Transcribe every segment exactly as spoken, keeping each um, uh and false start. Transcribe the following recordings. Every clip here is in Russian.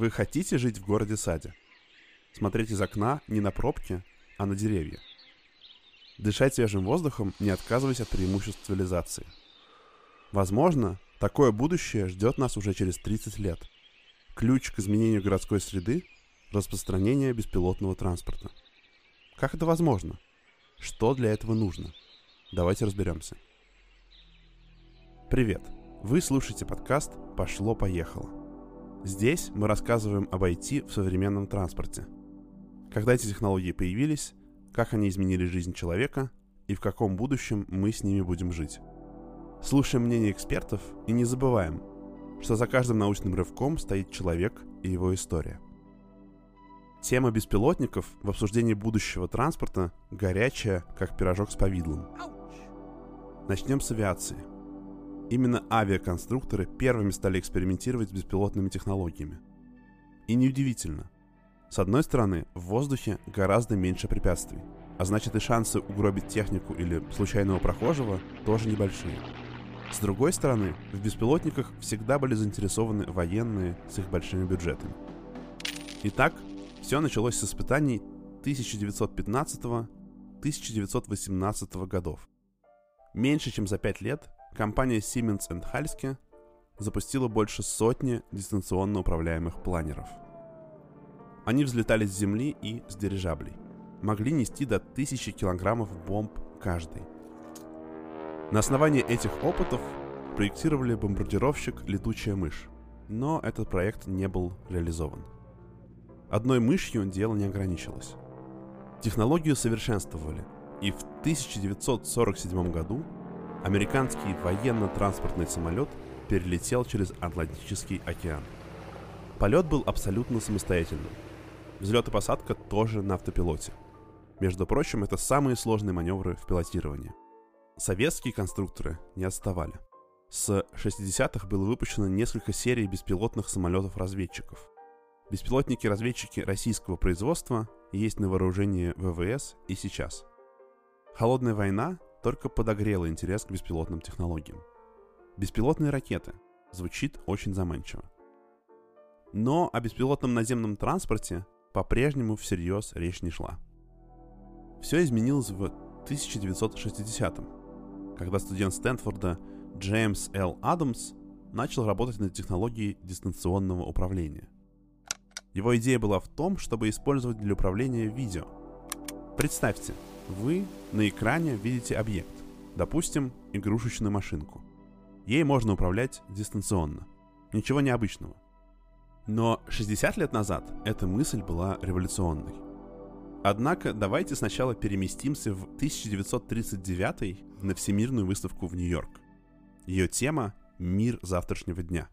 Вы хотите жить в городе-саде? Смотреть из окна не на пробки, а на деревья. Дышать свежим воздухом, не отказываясь от преимуществ цивилизации. Возможно, такое будущее ждет нас уже через тридцать лет. Ключ к изменению городской среды – распространение беспилотного транспорта. Как это возможно? Что для этого нужно? Давайте разберемся. Привет! Вы слушаете подкаст «Пошло-поехало». Здесь мы рассказываем об ай ти в современном транспорте. Когда эти технологии появились, как они изменили жизнь человека и в каком будущем мы с ними будем жить. Слушаем мнения экспертов и не забываем, что за каждым научным рывком стоит человек и его история. Тема беспилотников в обсуждении будущего транспорта горячая, как пирожок с повидлом. Начнем с авиации. Именно авиаконструкторы первыми стали экспериментировать с беспилотными технологиями. И неудивительно. С одной стороны, в воздухе гораздо меньше препятствий, а значит и шансы угробить технику или случайного прохожего тоже небольшие. С другой стороны, в беспилотниках всегда были заинтересованы военные с их большими бюджетами. Итак, все началось с испытаний тысяча девятьсот пятнадцатого — тысяча девятьсот восемнадцатого годов. Меньше чем за пять лет компания Siemens энд Halske запустила больше сотни дистанционно управляемых планеров. Они взлетали с земли и с дирижаблей. Могли нести до тысячи килограммов бомб каждый. На основании этих опытов проектировали бомбардировщик «Летучая мышь», но этот проект не был реализован. Одной мышью дело не ограничилось. Технологию совершенствовали, и в тысяча девятьсот сорок седьмом году американский военно-транспортный самолет перелетел через Атлантический океан. Полет был абсолютно самостоятельным. Взлет и посадка тоже на автопилоте. Между прочим, это самые сложные маневры в пилотировании. Советские конструкторы не отставали. С шестидесятых было выпущено несколько серий беспилотных самолетов-разведчиков. Беспилотники-разведчики российского производства есть на вооружении вэ вэ эс и сейчас. Холодная война только подогрела интерес к беспилотным технологиям. Беспилотные ракеты. Звучит очень заманчиво. Но о беспилотном наземном транспорте по-прежнему всерьез речь не шла. Все изменилось в тысяча девятьсот шестидесятом, когда студент Стэнфорда Джеймс Л. Адамс начал работать над технологией дистанционного управления. Его идея была в том, чтобы использовать для управления видео. Представьте, вы на экране видите объект, допустим, игрушечную машинку. Ей можно управлять дистанционно. Ничего необычного. Но шестьдесят лет назад эта мысль была революционной. Однако давайте сначала переместимся в тысяча девятьсот тридцать девятый на Всемирную выставку в Нью-Йорк. Ее тема – «Мир завтрашнего дня».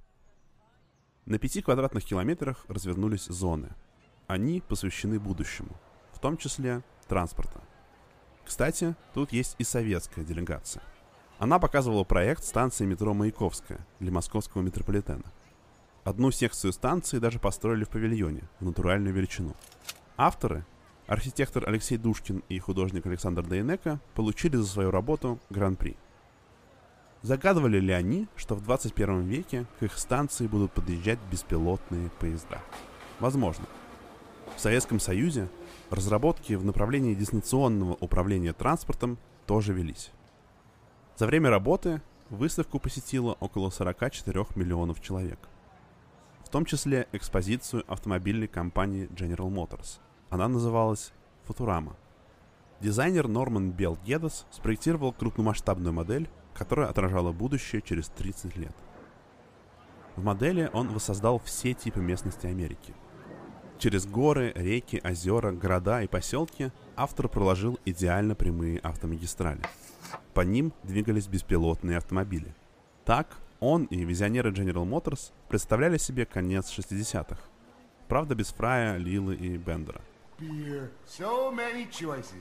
На пяти квадратных километрах развернулись зоны. Они посвящены будущему, в том числе транспорта. Кстати, тут есть и советская делегация. Она показывала проект станции метро Маяковская для московского метрополитена. Одну секцию станции даже построили в павильоне в натуральную величину. Авторы, архитектор Алексей Душкин и художник Александр Дейнеко, получили за свою работу гран-при. Загадывали ли они, что в двадцать первом веке к их станции будут подъезжать беспилотные поезда? Возможно. В Советском Союзе разработки в направлении дистанционного управления транспортом тоже велись. За время работы выставку посетило около сорок четыре миллионов человек. В том числе экспозицию автомобильной компании General Motors. Она называлась «Футурама». Дизайнер Норман Белл Геддес спроектировал крупномасштабную модель, которая отражала будущее через тридцать лет. В модели он воссоздал все типы местности Америки. Через горы, реки, озера, города и поселки автор проложил идеально прямые автомагистрали. По ним двигались беспилотные автомобили. Так, он и визионеры General Motors представляли себе конец шестидесятых. Правда, без Фрая, Лилы и Бендера. So choices,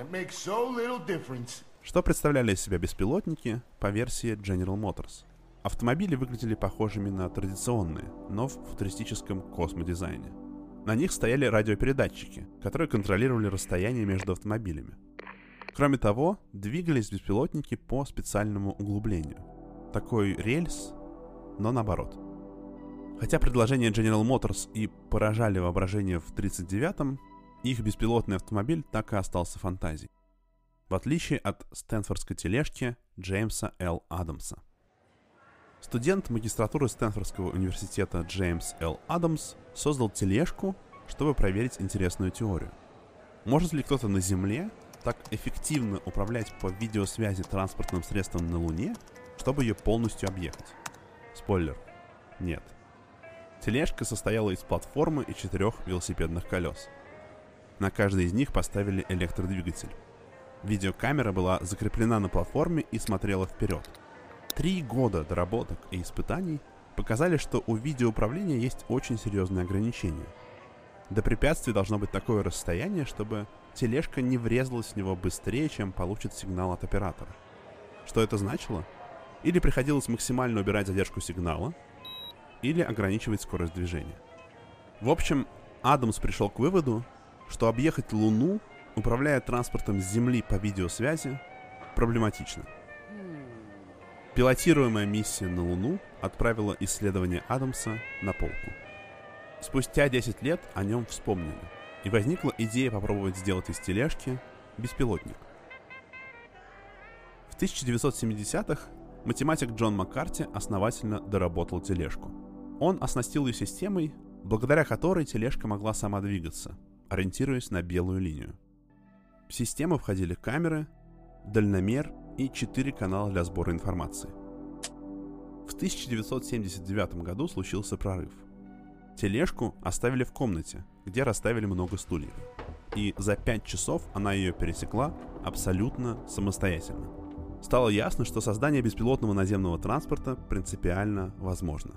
so Что представляли из себя беспилотники по версии General Motors? Автомобили выглядели похожими на традиционные, но в футуристическом космодизайне. На них стояли радиопередатчики, которые контролировали расстояние между автомобилями. Кроме того, двигались беспилотники по специальному углублению. Такой рельс, но наоборот. Хотя предложения General Motors и поражали воображение в тридцать девятом, их беспилотный автомобиль так и остался фантазией. В отличие от стэнфордской тележки Джеймса Л. Адамса. Студент магистратуры Стэнфордского университета Джеймс Л. Адамс создал тележку, чтобы проверить интересную теорию. Может ли кто-то на Земле так эффективно управлять по видеосвязи транспортным средством на Луне, чтобы ее полностью объехать? Спойлер. Нет. Тележка состояла из платформы и четырех велосипедных колес. На каждой из них поставили электродвигатель. Видеокамера была закреплена на платформе и смотрела вперед. Три года доработок и испытаний показали, что у видеоуправления есть очень серьезные ограничения. До препятствий должно быть такое расстояние, чтобы тележка не врезалась в него быстрее, чем получит сигнал от оператора. Что это значило? Или приходилось максимально убирать задержку сигнала, или ограничивать скорость движения. В общем, Адамс пришел к выводу, что объехать Луну, управляя транспортом с Земли по видеосвязи, проблематично. Пилотируемая миссия на Луну отправила исследование Адамса на полку. Спустя десять лет о нем вспомнили, и возникла идея попробовать сделать из тележки беспилотник. В тысяча девятьсот семидесятых математик Джон Маккарти основательно доработал тележку. Он оснастил ее системой, благодаря которой тележка могла сама двигаться, ориентируясь на белую линию. В систему входили камеры, дальномер и четыре канала для сбора информации. В тысяча девятьсот семьдесят девятом году случился прорыв. Тележку оставили в комнате, где расставили много стульев. И за пять часов она ее пересекла абсолютно самостоятельно. Стало ясно, что создание беспилотного наземного транспорта принципиально возможно.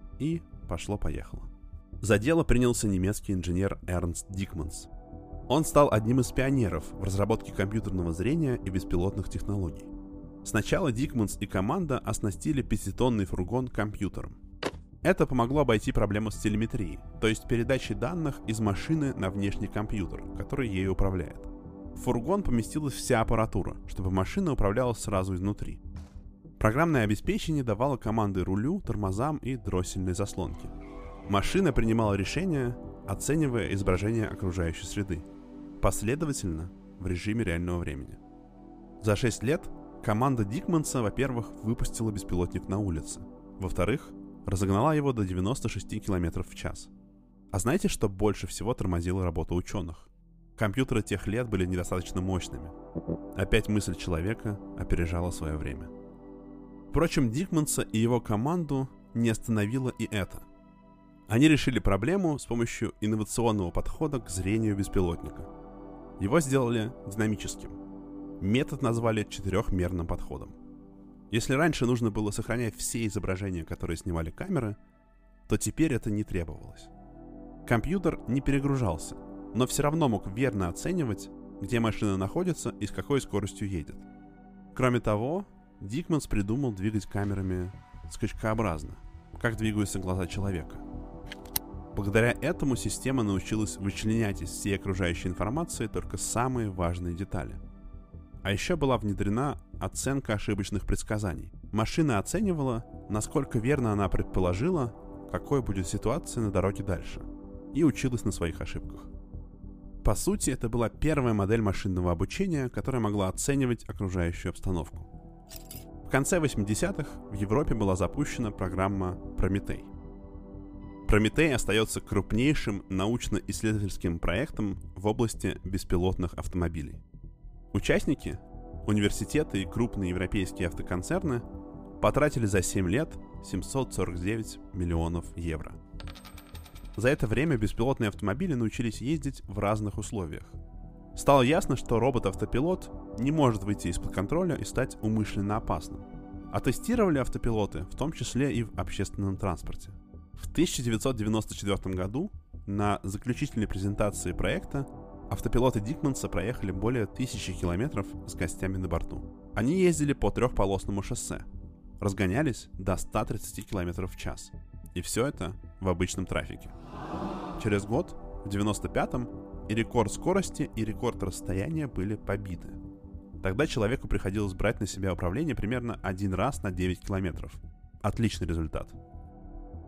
И пошло-поехало. За дело принялся немецкий инженер Эрнст Дикманс. Он стал одним из пионеров в разработке компьютерного зрения и беспилотных технологий. Сначала Дикманс и команда оснастили пятитонный фургон компьютером. Это помогло обойти проблему с телеметрией, то есть передачей данных из машины на внешний компьютер, который ею управляет. В фургон поместилась вся аппаратура, чтобы машина управлялась сразу изнутри. Программное обеспечение давало команды рулю, тормозам и дроссельной заслонке. Машина принимала решения, оценивая изображение окружающей среды, последовательно в режиме реального времени. За шесть лет команда Дикманса, во-первых, выпустила беспилотник на улице, во-вторых, разогнала его до девяноста шести километров в час. А знаете, что больше всего тормозило работу ученых? Компьютеры тех лет были недостаточно мощными. Опять мысль человека опережала свое время. Впрочем, Дикманса и его команду не остановило и это. Они решили проблему с помощью инновационного подхода к зрению беспилотника. Его сделали динамическим. Метод назвали четырехмерным подходом. Если раньше нужно было сохранять все изображения, которые снимали камеры, то теперь это не требовалось. Компьютер не перегружался, но все равно мог верно оценивать, где машина находится и с какой скоростью едет. Кроме того, Дикманс придумал двигать камерами скачкообразно, как двигаются глаза человека. Благодаря этому система научилась вычленять из всей окружающей информации только самые важные детали. А еще была внедрена оценка ошибочных предсказаний. Машина оценивала, насколько верно она предположила, какой будет ситуация на дороге дальше, и училась на своих ошибках. По сути, это была первая модель машинного обучения, которая могла оценивать окружающую обстановку. В конце восьмидесятых в Европе была запущена программа «Прометей». «Прометей» остается крупнейшим научно-исследовательским проектом в области беспилотных автомобилей. Участники, университеты и крупные европейские автоконцерны потратили за семь лет семьсот сорок девять миллионов евро. За это время беспилотные автомобили научились ездить в разных условиях. Стало ясно, что робот-автопилот не может выйти из-под контроля и стать умышленно опасным. А тестировали автопилоты в том числе и в общественном транспорте. В тысяча девятьсот девяносто четвёртом году на заключительной презентации проекта автопилоты Дикманса проехали более тысячи километров с гостями на борту. Они ездили по трехполосному шоссе, разгонялись до ста тридцати километров в час. И все это в обычном трафике. Через год, в девяносто пятом, и рекорд скорости, и рекорд расстояния были побиты. Тогда человеку приходилось брать на себя управление примерно один раз на девять километров. Отличный результат.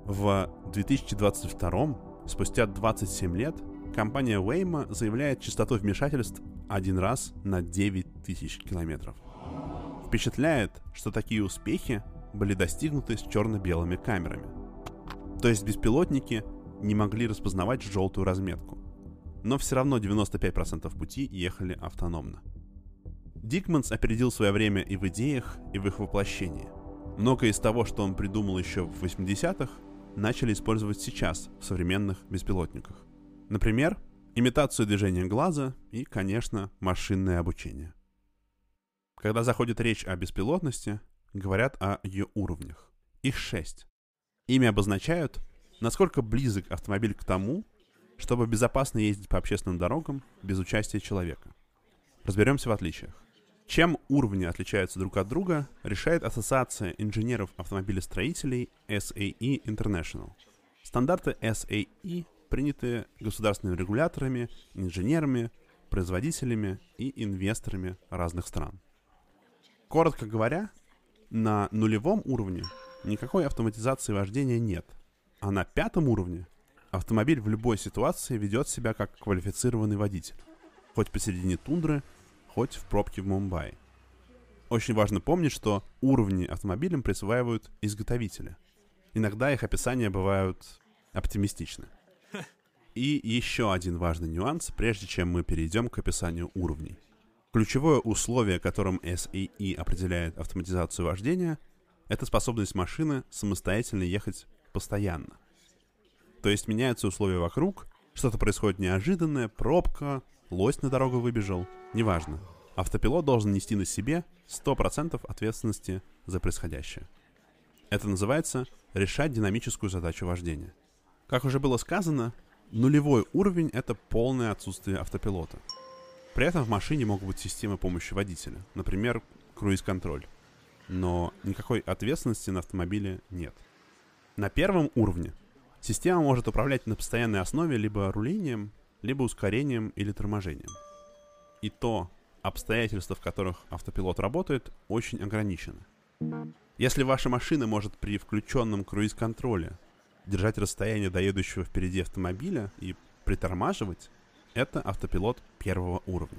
В две тысячи двадцать втором, спустя двадцать семь лет, компания Waymo заявляет частоту вмешательств один раз на девять тысяч километров. Впечатляет, что такие успехи были достигнуты с черно-белыми камерами. То есть беспилотники не могли распознавать желтую разметку. Но все равно девяносто пять процентов пути ехали автономно. Дикманс опередил свое время и в идеях, и в их воплощении. Многое из того, что он придумал еще в восьмидесятых, начали использовать сейчас в современных беспилотниках. Например, имитацию движения глаза и, конечно, машинное обучение. Когда заходит речь о беспилотности, говорят о ее уровнях. Их шесть. Ими обозначают, насколько близок автомобиль к тому, чтобы безопасно ездить по общественным дорогам без участия человека. Разберемся в отличиях. Чем уровни отличаются друг от друга, решает Ассоциация инженеров автомобилестроителей эс эй и International. Стандарты эс эй и приняты государственными регуляторами, инженерами, производителями и инвесторами разных стран. Коротко говоря, на нулевом уровне никакой автоматизации вождения нет, а на пятом уровне автомобиль в любой ситуации ведет себя как квалифицированный водитель, хоть посередине тундры, хоть в пробке в Мумбаи. Очень важно помнить, что уровни автомобилям присваивают изготовители. Иногда их описания бывают оптимистичны. И еще один важный нюанс, прежде чем мы перейдем к описанию уровней. Ключевое условие, которым эс эй и определяет автоматизацию вождения, это способность машины самостоятельно ехать постоянно. То есть меняются условия вокруг, что-то происходит неожиданное, пробка, лось на дорогу выбежал, неважно. Автопилот должен нести на себе сто процентов ответственности за происходящее. Это называется решать динамическую задачу вождения. Как уже было сказано, нулевой уровень — это полное отсутствие автопилота. При этом в машине могут быть системы помощи водителя, например, круиз-контроль. Но никакой ответственности на автомобиле нет. На первом уровне система может управлять на постоянной основе либо рулением, либо ускорением или торможением. И то, обстоятельства, в которых автопилот работает, очень ограничены. Если ваша машина может при включенном круиз-контроле держать расстояние до едущего впереди автомобиля и притормаживать, это автопилот первого уровня.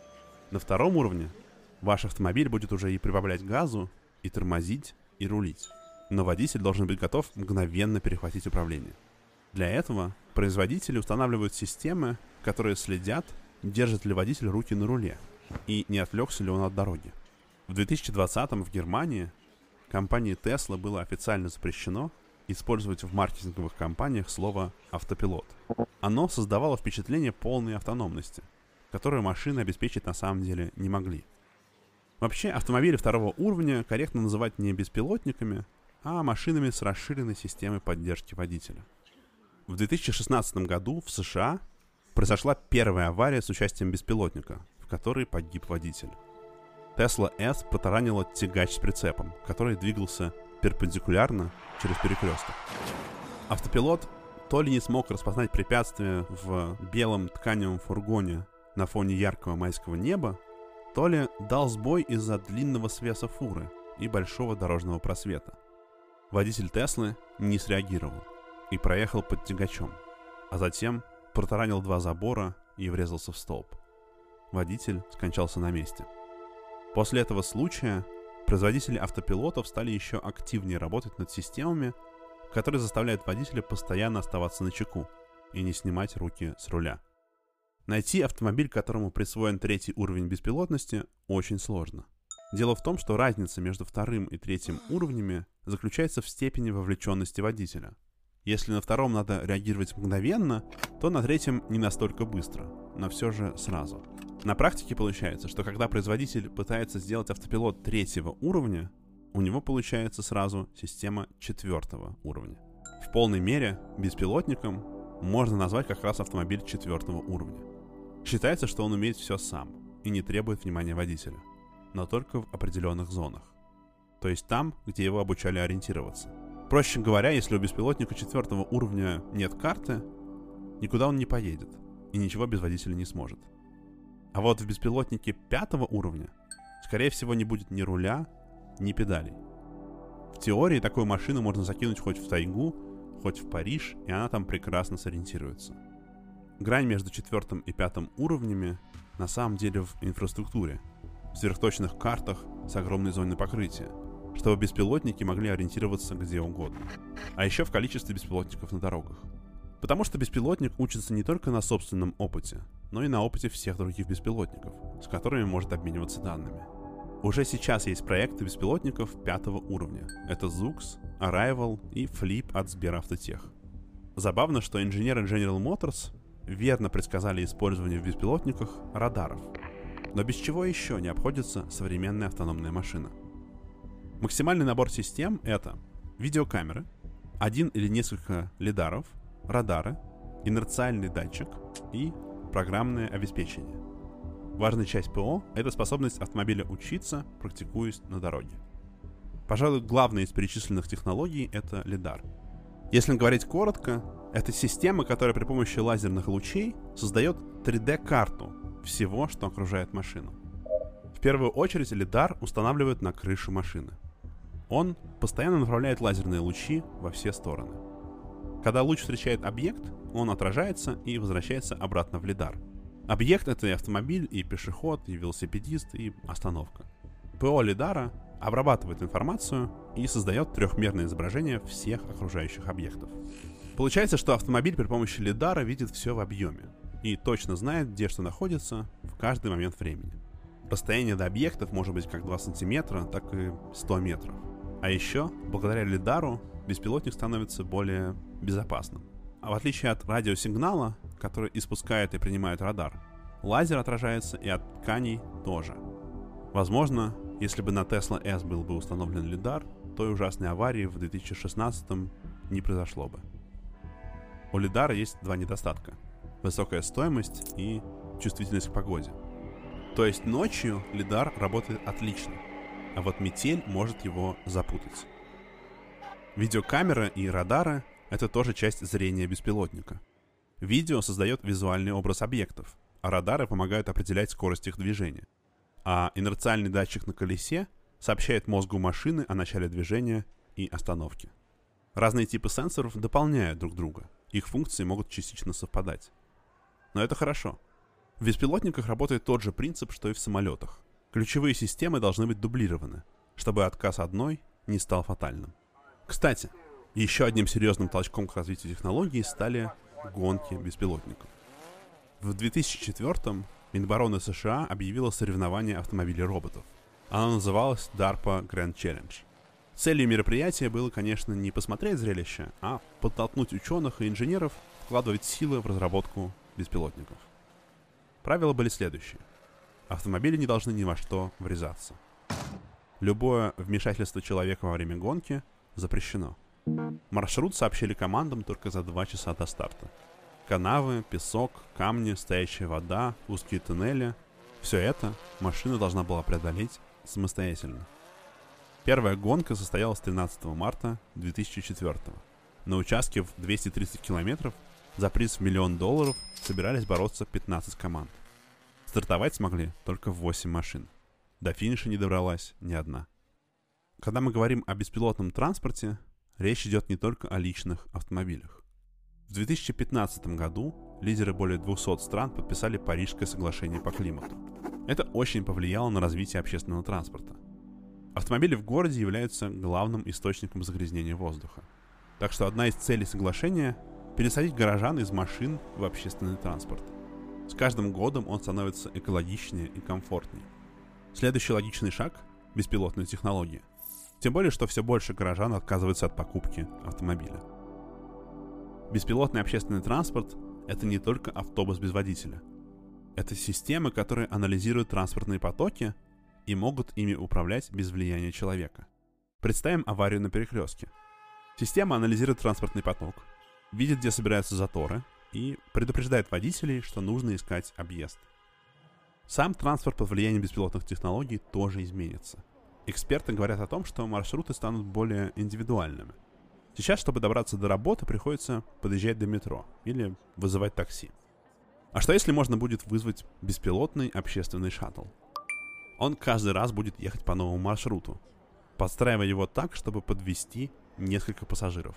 На втором уровне ваш автомобиль будет уже и прибавлять газу, и тормозить, и рулить. Но водитель должен быть готов мгновенно перехватить управление. Для этого производители устанавливают системы, которые следят, держит ли водитель руки на руле и не отвлекся ли он от дороги. В две тысячи двадцатом в Германии компании Tesla было официально запрещено использовать в маркетинговых кампаниях слово «автопилот». Оно создавало впечатление полной автономности, которую машины обеспечить на самом деле не могли. Вообще, автомобили второго уровня корректно называть не беспилотниками, а машинами с расширенной системой поддержки водителя. В две тысячи шестнадцатом году в США произошла первая авария с участием беспилотника, в которой погиб водитель. Tesla S протаранила тягач с прицепом, который двигался перпендикулярно через перекресток. Автопилот то ли не смог распознать препятствие в белом тканевом фургоне на фоне яркого майского неба, то ли дал сбой из-за длинного свеса фуры и большого дорожного просвета. Водитель Теслы не среагировал и проехал под тягачом, а затем протаранил два забора и врезался в столб. Водитель скончался на месте. После этого случая производители автопилотов стали еще активнее работать над системами, которые заставляют водителя постоянно оставаться начеку и не снимать руки с руля. Найти автомобиль, которому присвоен третий уровень беспилотности, очень сложно. Дело в том, что разница между вторым и третьим уровнями заключается в степени вовлеченности водителя. Если на втором надо реагировать мгновенно, то на третьем не настолько быстро, но все же сразу. На практике получается, что когда производитель пытается сделать автопилот третьего уровня, у него получается сразу система четвертого уровня. В полной мере беспилотником можно назвать как раз автомобиль четвертого уровня. Считается, что он умеет все сам и не требует внимания водителя, но только в определенных зонах. То есть там, где его обучали ориентироваться. Проще говоря, если у беспилотника четвертого уровня нет карты, никуда он не поедет и ничего без водителя не сможет. А вот в беспилотнике пятого уровня, скорее всего, не будет ни руля, ни педалей. В теории такую машину можно закинуть хоть в тайгу, хоть в Париж, и она там прекрасно сориентируется. Грань между четвертым и пятым уровнями на самом деле в инфраструктуре, в сверхточных картах с огромной зоной покрытия, чтобы беспилотники могли ориентироваться где угодно. А еще в количестве беспилотников на дорогах. Потому что беспилотник учится не только на собственном опыте, но и на опыте всех других беспилотников, с которыми может обмениваться данными. Уже сейчас есть проекты беспилотников пятого уровня. Это Zoox, Arrival и Flip от Сберавтотех. Забавно, что инженеры General Motors верно предсказали использование в беспилотниках радаров. Но без чего еще не обходится современная автономная машина? Максимальный набор систем — это видеокамеры, один или несколько лидаров, радары, инерциальный датчик и программное обеспечение. Важная часть ПО — это способность автомобиля учиться, практикуясь на дороге. Пожалуй, главная из перечисленных технологий — это лидар. Если говорить коротко, это система, которая при помощи лазерных лучей создает три дэ-карту всего, что окружает машину. В первую очередь лидар устанавливают на крышу машины. Он постоянно направляет лазерные лучи во все стороны. Когда луч встречает объект, он отражается и возвращается обратно в лидар. Объект — это и автомобиль, и пешеход, и велосипедист, и остановка. ПО лидара обрабатывает информацию и создает трехмерное изображение всех окружающих объектов. Получается, что автомобиль при помощи лидара видит все в объеме и точно знает, где что находится в каждый момент времени. Расстояние до объектов может быть как два сантиметра, так и сто метров. А еще, благодаря лидару, беспилотник становится более безопасным. А в отличие от радиосигнала, который испускает и принимает радар, лазер отражается и от тканей тоже. Возможно, если бы на Tesla S был бы установлен лидар, той ужасной аварии в две тысячи шестнадцатом не произошло бы. У лидара есть два недостатка: высокая стоимость и чувствительность к погоде. То есть ночью лидар работает отлично, а вот метель может его запутать. Видеокамера и радары — это тоже часть зрения беспилотника. Видео создает визуальный образ объектов, а радары помогают определять скорость их движения. А инерциальный датчик на колесе сообщает мозгу машины о начале движения и остановке. Разные типы сенсоров дополняют друг друга, их функции могут частично совпадать. Но это хорошо. В беспилотниках работает тот же принцип, что и в самолетах. Ключевые системы должны быть дублированы, чтобы отказ одной не стал фатальным. Кстати, еще одним серьезным толчком к развитию технологий стали гонки беспилотников. В две тысячи четвёртом Минобороны США объявила соревнование автомобилей-роботов. Оно называлось DARPA Grand Challenge. Целью мероприятия было, конечно, не посмотреть зрелище, а подтолкнуть ученых и инженеров вкладывать силы в разработку беспилотников. Правила были следующие. Автомобили не должны ни во что врезаться. Любое вмешательство человека во время гонки запрещено. Маршрут сообщили командам только за два часа до старта. Канавы, песок, камни, стоящая вода, узкие туннели — все это машина должна была преодолеть самостоятельно. Первая гонка состоялась тринадцатого марта две тысячи четвёртого. На участке в двести тридцать километров за приз в миллион долларов собирались бороться пятнадцать команд. Стартовать смогли только восемь машин. До финиша не добралась ни одна. Когда мы говорим о беспилотном транспорте, речь идет не только о личных автомобилях. В две тысячи пятнадцатом году лидеры более двухсот стран подписали Парижское соглашение по климату. Это очень повлияло на развитие общественного транспорта. Автомобили в городе являются главным источником загрязнения воздуха. Так что одна из целей соглашения — пересадить горожан из машин в общественный транспорт. С каждым годом он становится экологичнее и комфортнее. Следующий логичный шаг — беспилотная технология. Тем более, что все больше горожан отказываются от покупки автомобиля. Беспилотный общественный транспорт — это не только автобус без водителя. Это системы, которые анализируют транспортные потоки и могут ими управлять без влияния человека. Представим аварию на перекрестке. Система анализирует транспортный поток, видит, где собираются заторы, и предупреждает водителей, что нужно искать объезд. Сам транспорт под влиянием беспилотных технологий тоже изменится. Эксперты говорят о том, что маршруты станут более индивидуальными. Сейчас, чтобы добраться до работы, приходится подъезжать до метро или вызывать такси. А что если можно будет вызвать беспилотный общественный шаттл? Он каждый раз будет ехать по новому маршруту, подстраивая его так, чтобы подвезти несколько пассажиров.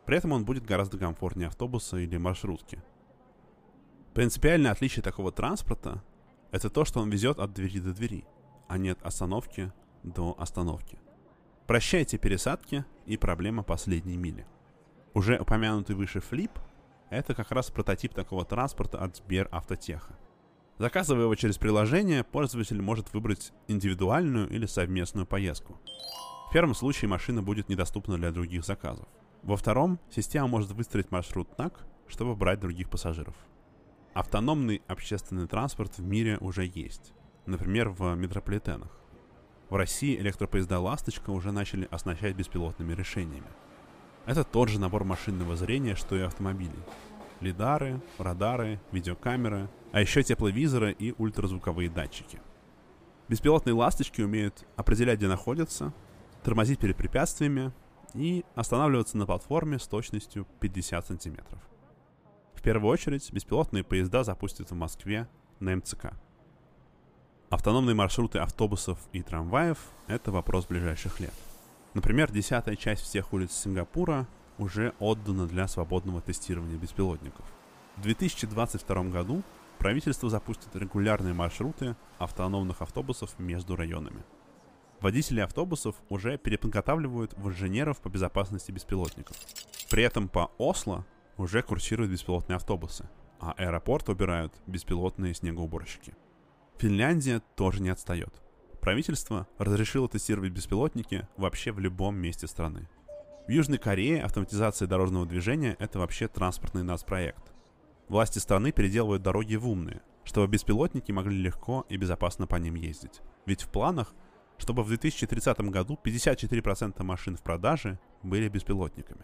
При этом он будет гораздо комфортнее автобуса или маршрутки. Принципиальное отличие такого транспорта – это то, что он везет от двери до двери, а не от остановки до остановки. Прощайте пересадки и проблема последней мили. Уже упомянутый выше Flip – это как раз прототип такого транспорта от Сберавтотеха. Заказывая его через приложение, пользователь может выбрать индивидуальную или совместную поездку. В первом случае машина будет недоступна для других заказов. Во втором, система может выстроить маршрут так, чтобы брать других пассажиров. Автономный общественный транспорт в мире уже есть, например, в метрополитенах. В России электропоезда «Ласточка» уже начали оснащать беспилотными решениями. Это тот же набор машинного зрения, что и автомобилей. Лидары, радары, видеокамеры, а еще тепловизоры и ультразвуковые датчики. Беспилотные «Ласточки» умеют определять, где находятся, тормозить перед препятствиями и останавливаться на платформе с точностью пятьдесят сантиметров. В первую очередь, беспилотные поезда запустят в Москве на эм цэ ка. Автономные маршруты автобусов и трамваев – это вопрос ближайших лет. Например, десятая часть всех улиц Сингапура уже отдана для свободного тестирования беспилотников. В две тысячи двадцать втором году правительство запустит регулярные маршруты автономных автобусов между районами. Водители автобусов уже переподготавливают инженеров по безопасности беспилотников. При этом по Осло уже курсируют беспилотные автобусы, а аэропорт убирают беспилотные снегоуборщики. Финляндия тоже не отстает. Правительство разрешило тестировать беспилотники вообще в любом месте страны. В Южной Корее автоматизация дорожного движения – это вообще транспортный нацпроект. Власти страны переделывают дороги в умные, чтобы беспилотники могли легко и безопасно по ним ездить. Ведь в планах, чтобы в две тысячи тридцатом году пятьдесят четыре процента машин в продаже были беспилотниками.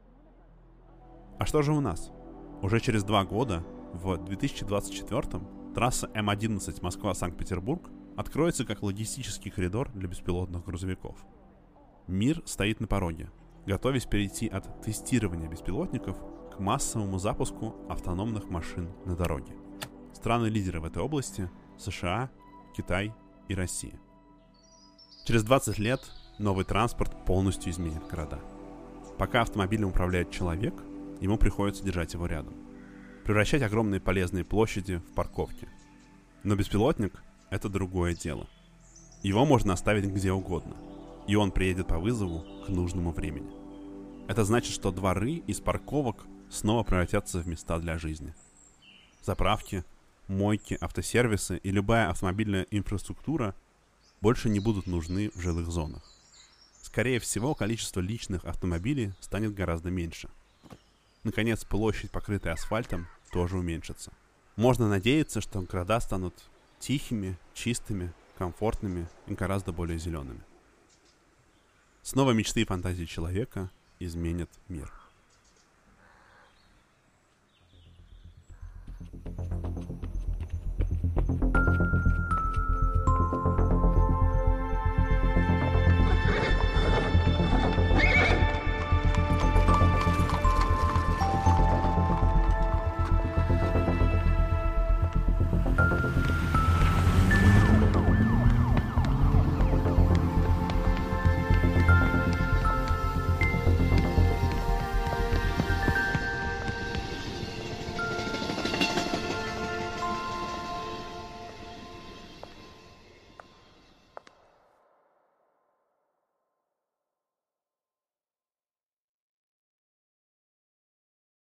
А что же у нас? Уже через два года, в две тысячи двадцать четвёртом, трасса эм одиннадцать Москва-Санкт-Петербург откроется как логистический коридор для беспилотных грузовиков. Мир стоит на пороге, готовясь перейти от тестирования беспилотников к массовому запуску автономных машин на дороге. Страны-лидеры в этой области – США, Китай и Россия. Через двадцать лет новый транспорт полностью изменит города. Пока автомобилем управляет человек, ему приходится держать его рядом. Превращать огромные полезные площади в парковки. Но беспилотник – это другое дело. Его можно оставить где угодно, и он приедет по вызову к нужному времени. Это значит, что дворы из парковок снова превратятся в места для жизни. Заправки, мойки, автосервисы и любая автомобильная инфраструктура больше не будут нужны в жилых зонах. Скорее всего, количество личных автомобилей станет гораздо меньше. Наконец, площадь, покрытая асфальтом, тоже уменьшится. Можно надеяться, что города станут тихими, чистыми, комфортными и гораздо более зелеными. Снова мечты и фантазии человека изменят мир.